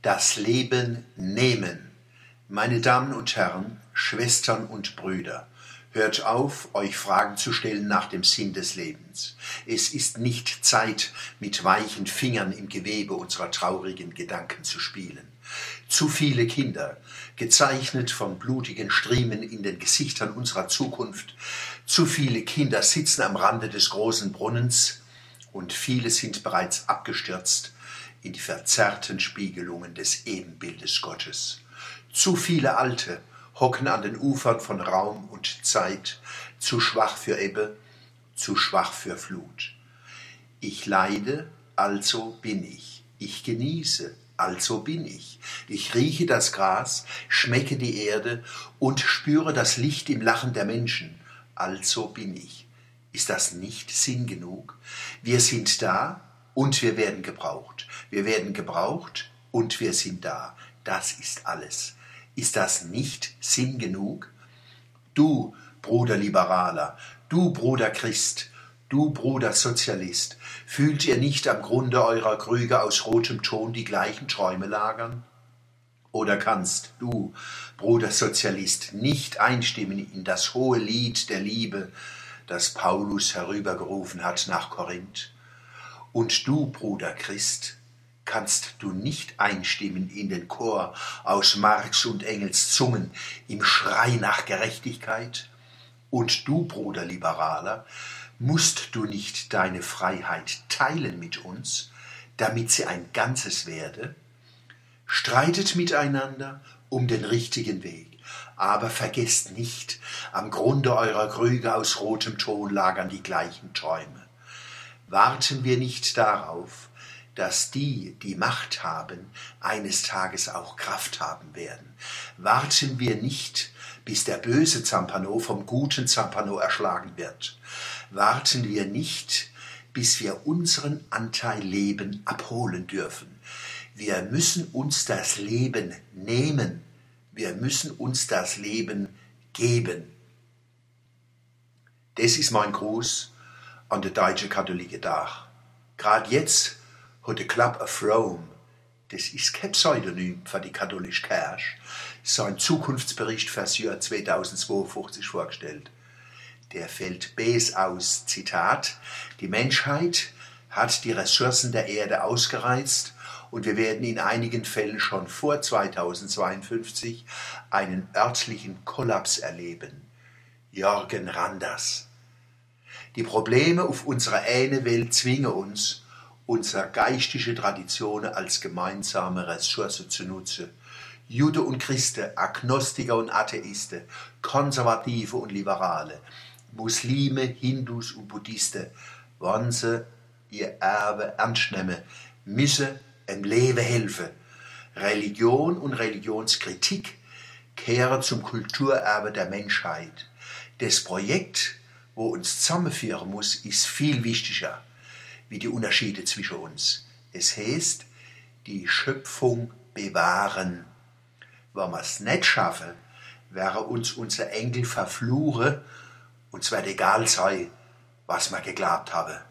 Das Leben nehmen. Meine Damen und Herren, Schwestern und Brüder, hört auf, euch Fragen zu stellen nach dem Sinn des Lebens. Es ist nicht Zeit, mit weichen Fingern im Gewebe unserer traurigen Gedanken zu spielen. Zu viele Kinder, gezeichnet von blutigen Striemen in den Gesichtern unserer Zukunft, zu viele Kinder sitzen am Rande des großen Brunnens und viele sind bereits abgestürzt in die verzerrten Spiegelungen des Ebenbildes Gottes. Zu viele Alte hocken an den Ufern von Raum und Zeit, zu schwach für Ebbe, zu schwach für Flut. Ich leide, also bin ich. Ich genieße, also bin ich. Ich rieche das Gras, schmecke die Erde und spüre das Licht im Lachen der Menschen, also bin ich. Ist das nicht Sinn genug? Wir sind da und wir werden gebraucht. Wir werden gebraucht und wir sind da. Das ist alles. Ist das nicht Sinn genug? Du, Bruder Liberaler, du, Bruder Christ, du, Bruder Sozialist, fühlt ihr nicht am Grunde eurer Krüge aus rotem Ton die gleichen Träume lagern? Oder kannst du, Bruder Sozialist, nicht einstimmen in das hohe Lied der Liebe, das Paulus herübergerufen hat nach Korinth? Und du, Bruder Christ, kannst du nicht einstimmen in den Chor aus Marx und Engels Zungen im Schrei nach Gerechtigkeit? Und du, Bruder Liberaler, musst du nicht deine Freiheit teilen mit uns, damit sie ein Ganzes werde? Streitet miteinander um den richtigen Weg, aber vergesst nicht, am Grunde eurer Krüge aus rotem Ton lagern die gleichen Träume. Warten wir nicht darauf, dass die, die Macht haben, eines Tages auch Kraft haben werden. Warten wir nicht, bis der böse Zampano vom guten Zampano erschlagen wird. Warten wir nicht, bis wir unseren Anteil Leben abholen dürfen. Wir müssen uns das Leben nehmen. Wir müssen uns das Leben geben. Das ist mein Gruß an den deutschen Katholiken Tag. Gerade jetzt hat der Club of Rome, das ist kein Pseudonym für die katholische Kirche, seinen Zukunftsbericht fürs Jahr 2052 vorgestellt. Der fällt bes aus, Zitat: Die Menschheit hat die Ressourcen der Erde ausgereizt und wir werden in einigen Fällen schon vor 2052 einen örtlichen Kollaps erleben. Jürgen Randers. Die Probleme auf unserer Welt zwingen uns, unsere geistige Traditionen als gemeinsame Ressource zu nutzen. Juden und Christen, Agnostiker und Atheisten, Konservative und Liberale, Muslime, Hindus und Buddhisten, wenn sie ihr Erbe ernst nehmen, müssen im Leben helfen. Religion und Religionskritik kehren zum Kulturerbe der Menschheit. Das Projekt, wo uns zusammenführen muss, ist viel wichtiger wie die Unterschiede zwischen uns. Es heißt, die Schöpfung bewahren. Wenn wir es nicht schaffen, wäre uns unser Enkel verfluchen und es wird egal sein, was wir geglaubt haben.